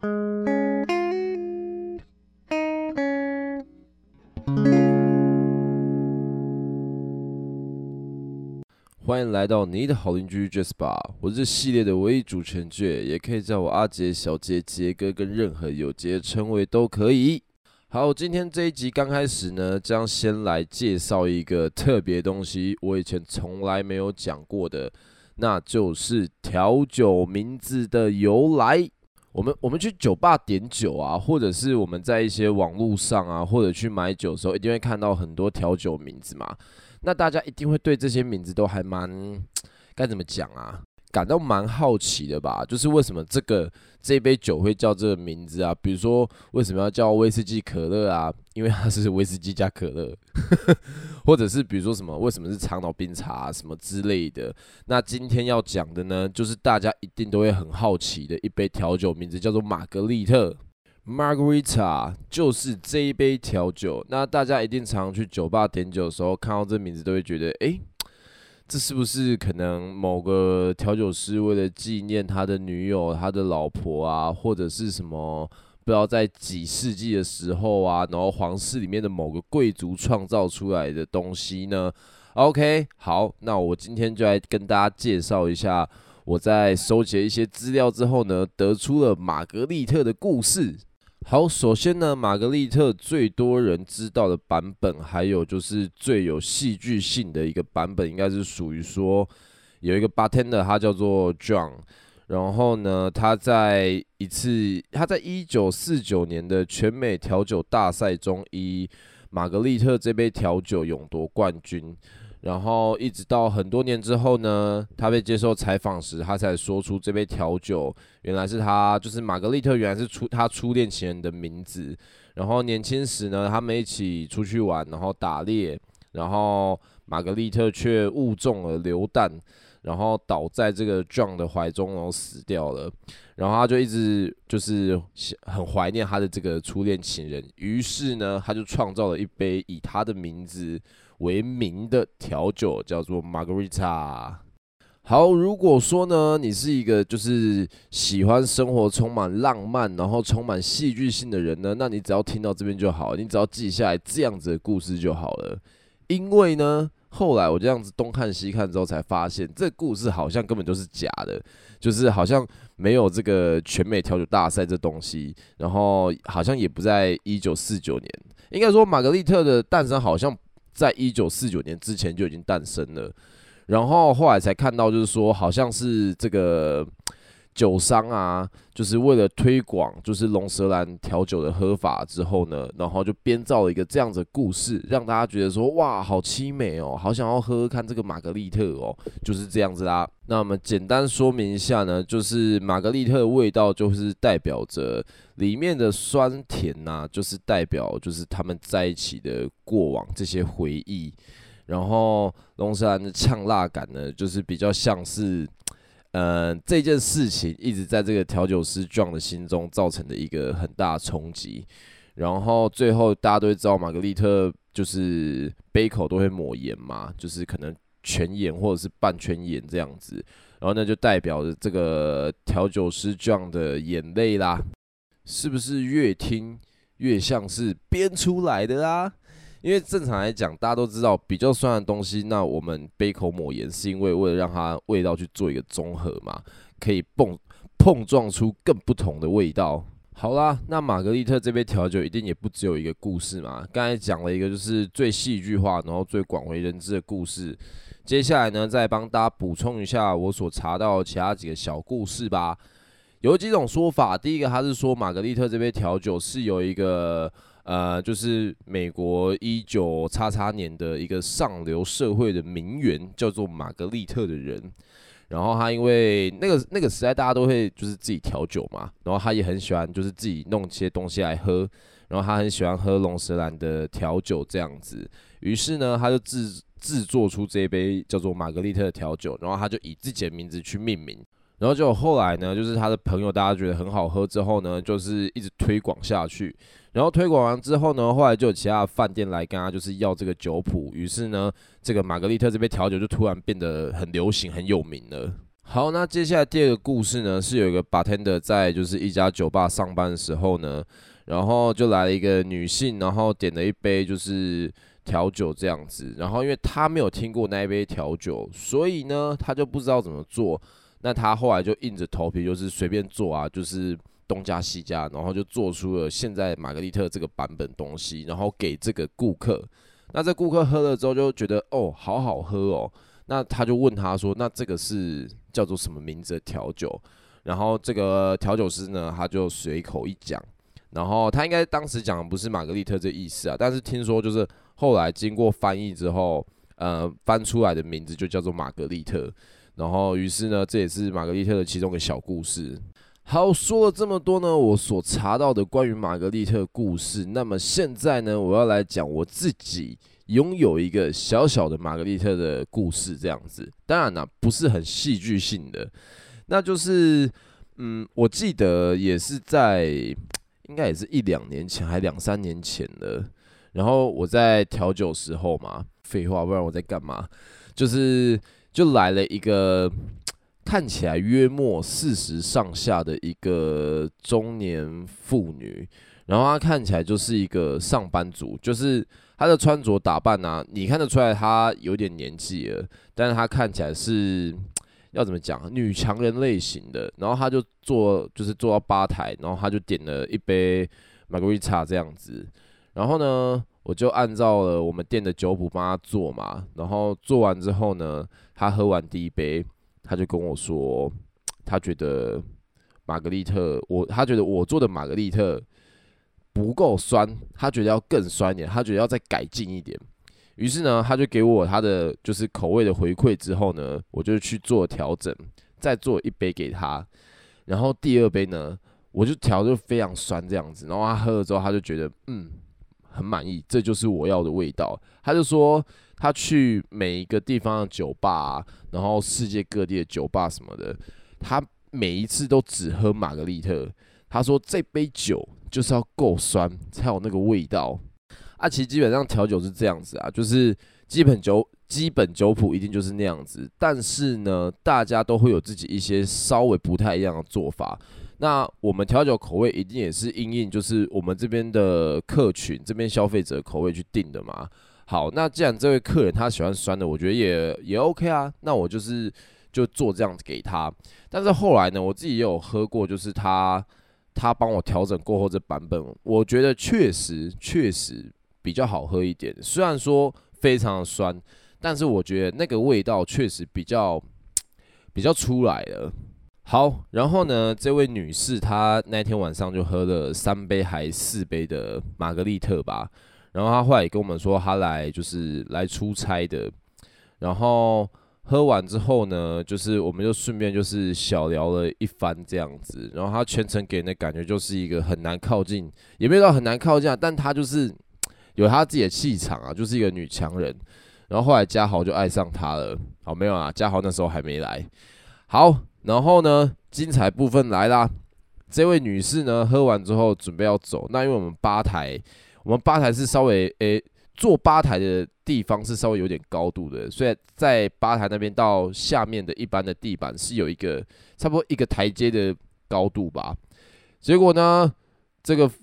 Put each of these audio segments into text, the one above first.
欢迎来到你的好邻居 Jasper， 我是这系列的唯一主持人 J， 也可以叫我阿杰、小杰、杰哥，跟任何有杰的称谓都可以。好，今天这一集刚开始呢，将先来介绍一个特别东西，我以前从来没有讲过的，那就是调酒名字的由来。我们去酒吧点酒啊，或者是我们在一些网络上啊，或者去买酒的时候，一定会看到很多调酒名字嘛。那大家一定会对这些名字都还蛮该怎么讲啊，感到蛮好奇的吧？就是为什么这杯酒会叫这个名字啊？比如说为什么要叫威士忌可乐啊？因为它是威士忌加可乐，或者是比如说什么为什么是长岛冰茶什么之类的。那今天要讲的呢，就是大家一定都会很好奇的一杯调酒，名字叫做玛格丽特。Margarita 就是这一杯调酒，那大家一定常去酒吧点酒的时候，看到这名字都会觉得，这是不是可能某个调酒师为了纪念他的女友、他的老婆啊，或者是什么不知道在几世纪的时候啊，然后皇室里面的某个贵族创造出来的东西呢 ？OK， 好，那我今天就来跟大家介绍一下。我在收集一些资料之后呢，得出了玛格丽特的故事。好，首先呢，玛格丽特最多人知道的版本，还有就是最有戏剧性的一个版本，应该是属于说有一个 bartender， 他叫做 John， 然后呢，他在1949年的全美调酒大赛中，以玛格丽特这杯调酒勇夺冠军。然后一直到很多年之后呢，他被接受采访时，他才说出这杯调酒原来是他，就是玛格丽特，原来是他初恋情人的名字。然后年轻时呢，他们一起出去玩，然后打猎，然后玛格丽特却误中了流弹，然后倒在这个 John 的怀中，然后死掉了。然后他就一直就是很怀念他的这个初恋情人，于是呢，他就创造了一杯以他的名字为名的调酒，叫做 Margarita。好，如果说呢，你是一个就是喜欢生活充满浪漫，然后充满戏剧性的人呢，那你只要听到这边就好，你只要记下来这样子的故事就好了。因为呢，后来我这样子东看西看之后，才发现这个故事好像根本就是假的，就是好像没有这个全美调酒大赛这东西，然后好像也不在1949年。应该说，玛格丽特的诞生好像在1949年之前就已经诞生了，然后后来才看到，就是说好像是这个酒商啊，就是为了推广就是龙舌兰调酒的喝法之后呢，然后就编造了一个这样子的故事，让大家觉得说哇，好凄美哦，好想要喝喝看这个玛格丽特哦，就是这样子啦。那我们简单说明一下呢，就是玛格丽特的味道就是代表着里面的酸甜呐，就是代表就是他们在一起的过往这些回忆，然后龙舌兰的呛辣感呢，就是比较像是。这件事情一直在这个调酒师 John 的心中造成的一个很大的冲击，然后最后大家都会知道，玛格丽特就是杯口都会抹盐嘛，就是可能全盐或者是半圈盐这样子，然后那就代表着这个调酒师 John 的眼泪啦，是不是越听越像是编出来的啦？因为正常来讲，大家都知道比较酸的东西，那我们杯口抹盐是因为为了让它味道去做一个综合嘛，可以碰撞出更不同的味道。好啦，那玛格丽特这杯调酒一定也不只有一个故事嘛。刚才讲了一个就是最戏剧化，然后最广为人知的故事。接下来呢，再帮大家补充一下我所查到的其他几个小故事吧。有几种说法，第一个他是说玛格丽特这杯调酒是有一个。就是美国19XX年的一个上流社会的名媛，叫做玛格丽特的人。然后他因为那个时代大家都会就是自己调酒嘛，然后他也很喜欢就是自己弄些东西来喝，然后他很喜欢喝龙舌兰的调酒这样子。于是呢，他就制作出这一杯叫做玛格丽特的调酒，然后他就以自己的名字去命名。然后就后来呢，就是他的朋友大家觉得很好喝之后呢，就是一直推广下去。然后推广完之后呢，后来就有其他的饭店来跟他就是要这个酒谱，于是呢，这个玛格丽特这杯调酒就突然变得很流行、很有名了。 好，那接下来第二个故事呢，是有一个 bartender 在就是一家酒吧上班的时候呢，然后就来了一个女性，然后点了一杯就是调酒这样子，然后因为他没有听过那一杯调酒，所以呢他就不知道怎么做，那他后来就硬着头皮就是随便做啊，就是东加西加，然后就做出了现在玛格丽特这个版本东西，然后给这个顾客，那这顾客喝了之后就觉得哦好好喝哦。那他就问他说：“那这个是叫做什么名字的调酒？”然后这个调酒师呢，他就随口一讲，然后他应该当时讲的不是玛格丽特这意思啊，但是听说就是后来经过翻译之后，翻出来的名字就叫做玛格丽特。然后于是呢，这也是玛格丽特的其中一个小故事。好，说了这么多呢，我所查到的关于玛格丽特的故事。那么现在呢，我要来讲我自己拥有一个小小的玛格丽特的故事，这样子。当然啦，不是很戏剧性的，那就是，我记得也是在，应该也是1-2年前，还2-3年前了。然后我在调酒时候嘛，废话，不然我在干嘛？就来了一个看起来约莫40上下的一个中年妇女，然后她看起来就是一个上班族，就是她的穿着打扮啊，你看得出来她有点年纪了，但是她看起来是要怎么讲，女强人类型的。然后她就是坐到吧台，然后她就点了一杯玛格丽塔这样子，然后呢，我就按照了我们店的酒谱帮她做嘛，然后做完之后呢，她喝完第一杯。他就跟我说，他觉得他觉得我做的玛格丽特不够酸，他觉得要更酸一点，他觉得要再改进一点。于是呢，他就给我他的就是口味的回馈之后呢，我就去做调整，再做一杯给他。然后第二杯呢，我就调就非常酸这样子，然后他喝了之后，他就觉得很满意，这就是我要的味道。他就说他去每一个地方的酒吧啊，然后世界各地的酒吧什么的，他每一次都只喝玛格丽特。他说这杯酒就是要够酸才有那个味道。啊，其实基本上调酒是这样子啊，就是基本酒谱一定就是那样子，但是呢，大家都会有自己一些稍微不太一样的做法。那我们调酒口味一定也是因应就是我们这边的客群、这边消费者口味去定的嘛。好，那既然这位客人他喜欢酸的，我觉得也 OK 啊。那我就做这样子给他。但是后来呢，我自己也有喝过，就是他帮我调整过后这版本，我觉得确实比较好喝一点。虽然说非常的酸，但是我觉得那个味道确实比较出来了。好，然后呢，这位女士她那天晚上就喝了3杯还4杯的玛格丽特吧。然后她后来也跟我们说，她就是来出差的。然后喝完之后呢，就是我们就顺便就是小聊了一番这样子。然后她全程给人的感觉就是一个很难靠近，也没有到很难靠近啊，但她就是有她自己的气场啊，就是一个女强人。然后后来嘉豪就爱上她了。好，没有啊，嘉豪那时候还没来。好。然后呢，精彩部分来啦！这位女士呢，喝完之后准备要走。那因为我们吧台是稍微坐吧台的地方是稍微有点高度的，所以在吧台那边到下面的一般的地板是有一个差不多一个台阶的高度吧。结果呢，这个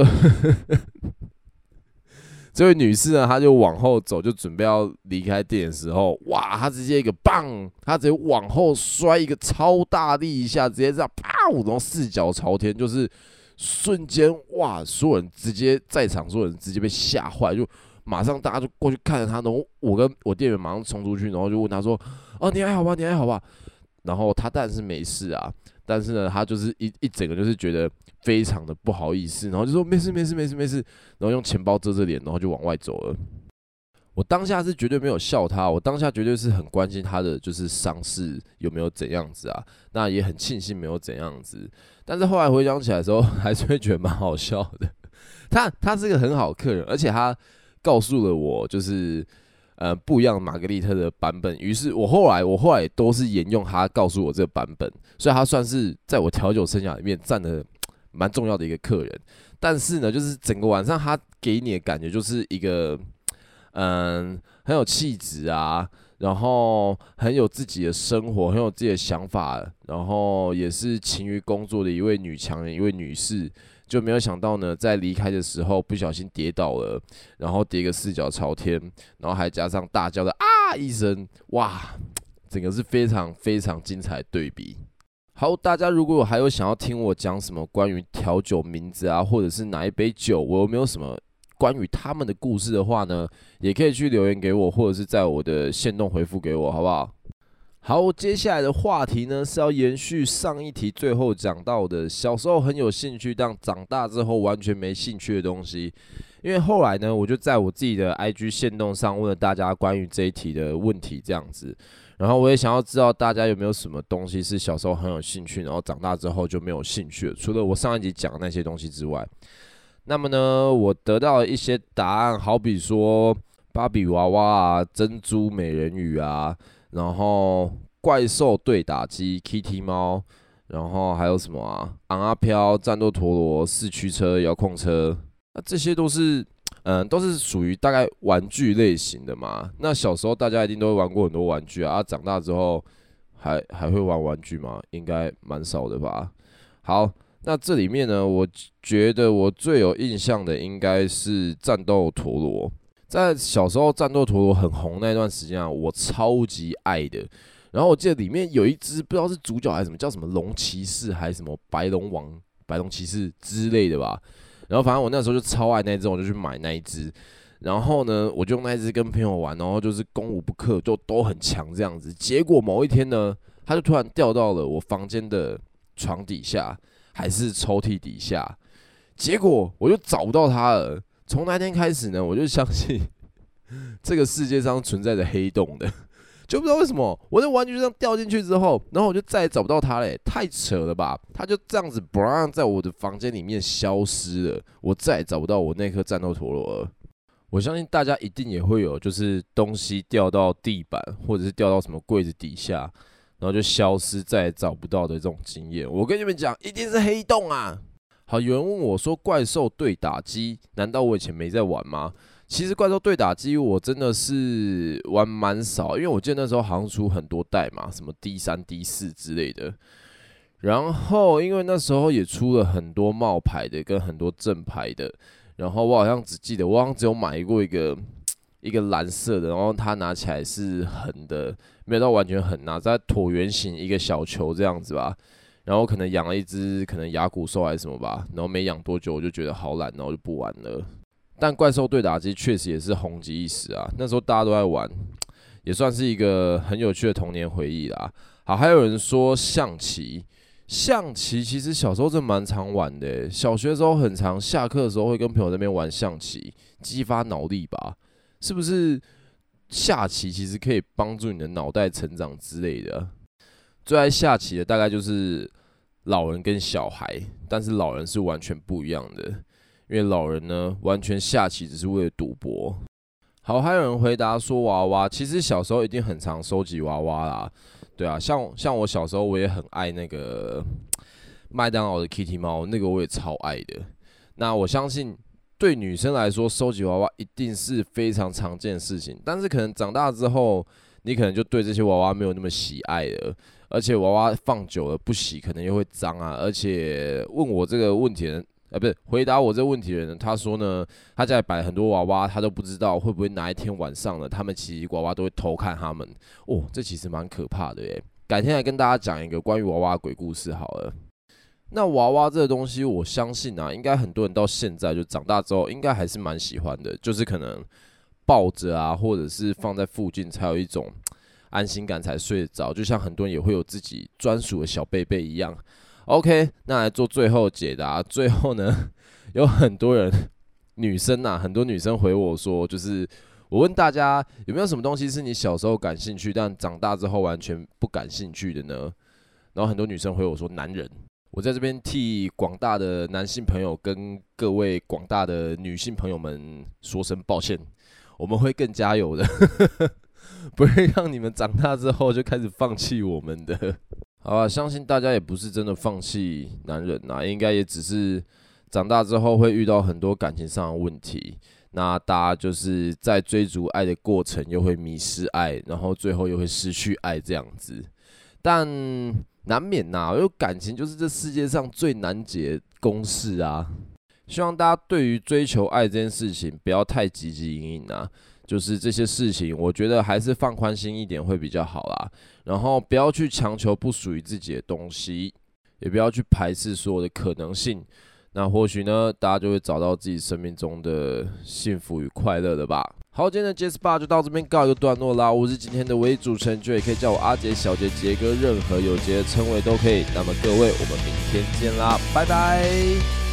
这位女士呢，她就往后走，就准备要离开店的时候，哇，她直接一个棒，她直接往后摔一个超大力一下，直接这样啪，然后4脚朝天，就是瞬间哇，所有人直接在场，所有人直接被吓坏，就马上大家就过去看着她，然后我跟我店员马上冲出去，然后就问她说：“哦，你还好吧？你还好吧？”然后她当然是没事啊，但是呢，她就是一整个就是觉得非常的不好意思，然后就说没事，然后用钱包遮着脸，然后就往外走了。我当下是绝对没有笑她，我当下绝对是很关心她的就是伤势有没有怎样子啊，那也很庆幸没有怎样子。但是后来回想起来的时候，还是会觉得蛮好笑的。他是个很好的客人，而且他告诉了我就是不一样的玛格丽特的版本。于是我后来都是沿用他告诉我这个版本，所以他算是在我调酒生涯里面占了蛮重要的一个客人。但是呢，就是整个晚上他给你的感觉就是一个很有气质啊， 然后很有自己的生活，很有自己的想法，然后也是勤于工作的一位女强人，一位女士。就没有想到呢，在离开的时候不小心跌倒了，然后跌个四脚朝天，然后还加上大叫的啊一声，哇，整个是非常非常精彩的对比。好，大家如果还有想要听我讲什么关于调酒名字啊，或者是哪一杯酒，我有没有什么关于他们的故事的话呢，也可以去留言给我，或者是在我的限动回复给我，好不好？好，接下来的话题呢是要延续上一题最后讲到的，小时候很有兴趣，但长大之后完全没兴趣的东西。因为后来呢，我就在我自己的 IG 限动上问了大家关于这一题的问题，这样子。然后我也想要知道大家有没有什么东西是小时候很有兴趣，然后长大之后就没有兴趣了，除了我上一集讲的那些东西之外。那么呢，我得到了一些答案，好比说芭比娃娃啊、珍珠美人鱼啊。然后怪兽对打机、Kitty 猫，然后还有什么啊？昂阿飘、战斗陀螺、四驱车、遥控车，那这些都是属于大概玩具类型的嘛。那小时候大家一定都会玩过很多玩具啊，长大之后还会玩玩具吗？应该蛮少的吧。好，那这里面呢，我觉得我最有印象的应该是战斗陀螺。在小时候，战斗陀螺很红那段时间啊，我超级爱的。然后我记得里面有一只不知道是主角还是什么，叫什么龙骑士还是什么白龙王、白龙骑士之类的吧。然后反正我那时候就超爱那一只，我就去买那一只。然后呢，我就用那一只跟朋友玩，然后就是攻无不克，就都很强这样子。结果某一天呢，它就突然掉到了我房间的床底下，还是抽屉底下。结果我就找不到它了。从那天开始呢，我就相信这个世界上存在着黑洞的，就不知道为什么我的玩具这样掉进去之后，然后我就再也找不到它嘞，太扯了吧！它就这样子在我的房间里面消失了，我再也找不到我那颗战斗陀螺了。我相信大家一定也会有，就是东西掉到地板，或者是掉到什么柜子底下，然后就消失，再也找不到的这种经验。我跟你们讲，一定是黑洞啊！好，有人问我说：“怪兽对打机，难道我以前没在玩吗？”其实怪兽对打机我真的是玩蛮少，因为我记得那时候好像出很多代嘛，什么 D3、D4 之类的。然后因为那时候也出了很多冒牌的跟很多正牌的，然后我好像只记得我好像只有买过一个蓝色的，然后它拿起来是横的，没有到完全横啊，在椭圆形一个小球这样子吧。然后可能养了一只可能牙骨兽还是什么吧，然后没养多久我就觉得好懒，然后就不玩了。但怪兽对打机确实也是红极一时啊，那时候大家都在玩，也算是一个很有趣的童年回忆啦。好，还有人说象棋，象棋其实小时候真的蛮常玩的耶，小学的时候很常下课的时候会跟朋友在那边玩象棋，激发脑力吧？是不是下棋其实可以帮助你的脑袋成长之类的？最爱下棋的大概就是老人跟小孩，但是老人是完全不一样的，因为老人呢完全下棋只是为了赌博。好，还有人回答说娃娃，其实小时候一定很常收集娃娃啦，对啊，像我小时候我也很爱那个麦当劳的 Kitty 猫，那个我也超爱的。那我相信对女生来说，收集娃娃一定是非常常见的事情，但是可能长大之后，你可能就对这些娃娃没有那么喜爱了。而且娃娃放久了不洗，可能又会脏啊。而且问我这个问题的人，不是回答我这个问题的人，他说呢，他家里摆很多娃娃，他都不知道会不会哪一天晚上了，他们其实娃娃都会偷看他们。哦，这其实蛮可怕的耶。改天来跟大家讲一个关于娃娃的鬼故事好了。那娃娃这个东西，我相信啊，应该很多人到现在就长大之后，应该还是蛮喜欢的，就是可能抱着啊，或者是放在附近，才有一种安心感才睡得着，就像很多人也会有自己专属的小贝贝一样。OK， 那来做最后解答。最后呢，有很多人女生啊，很多女生回我说，就是我问大家有没有什么东西是你小时候感兴趣，但长大之后完全不感兴趣的呢？然后很多女生回我说男人。我在这边替广大的男性朋友跟各位广大的女性朋友们说声抱歉，我们会更加油的。不会让你们长大之后就开始放弃我们的。好吧，相信大家也不是真的放弃男人啊，应该也只是长大之后会遇到很多感情上的问题。 那大家就是在追逐爱的过程，又会迷失爱，然后最后又会失去爱这样子。但难免因为感情就是这世界上最难解的公式啊。希望大家对于追求爱这件事情不要太汲汲营营啊。就是这些事情，我觉得还是放宽心一点会比较好啦。然后不要去强求不属于自己的东西，也不要去排斥所有的可能性。那或许呢，大家就会找到自己生命中的幸福与快乐了吧。好，今天的杰斯霸就到这边告一个段落啦。我是今天的唯一主持人，就也可以叫我阿杰、小杰、杰哥，任何有杰的称谓都可以。那么各位，我们明天见啦，拜拜。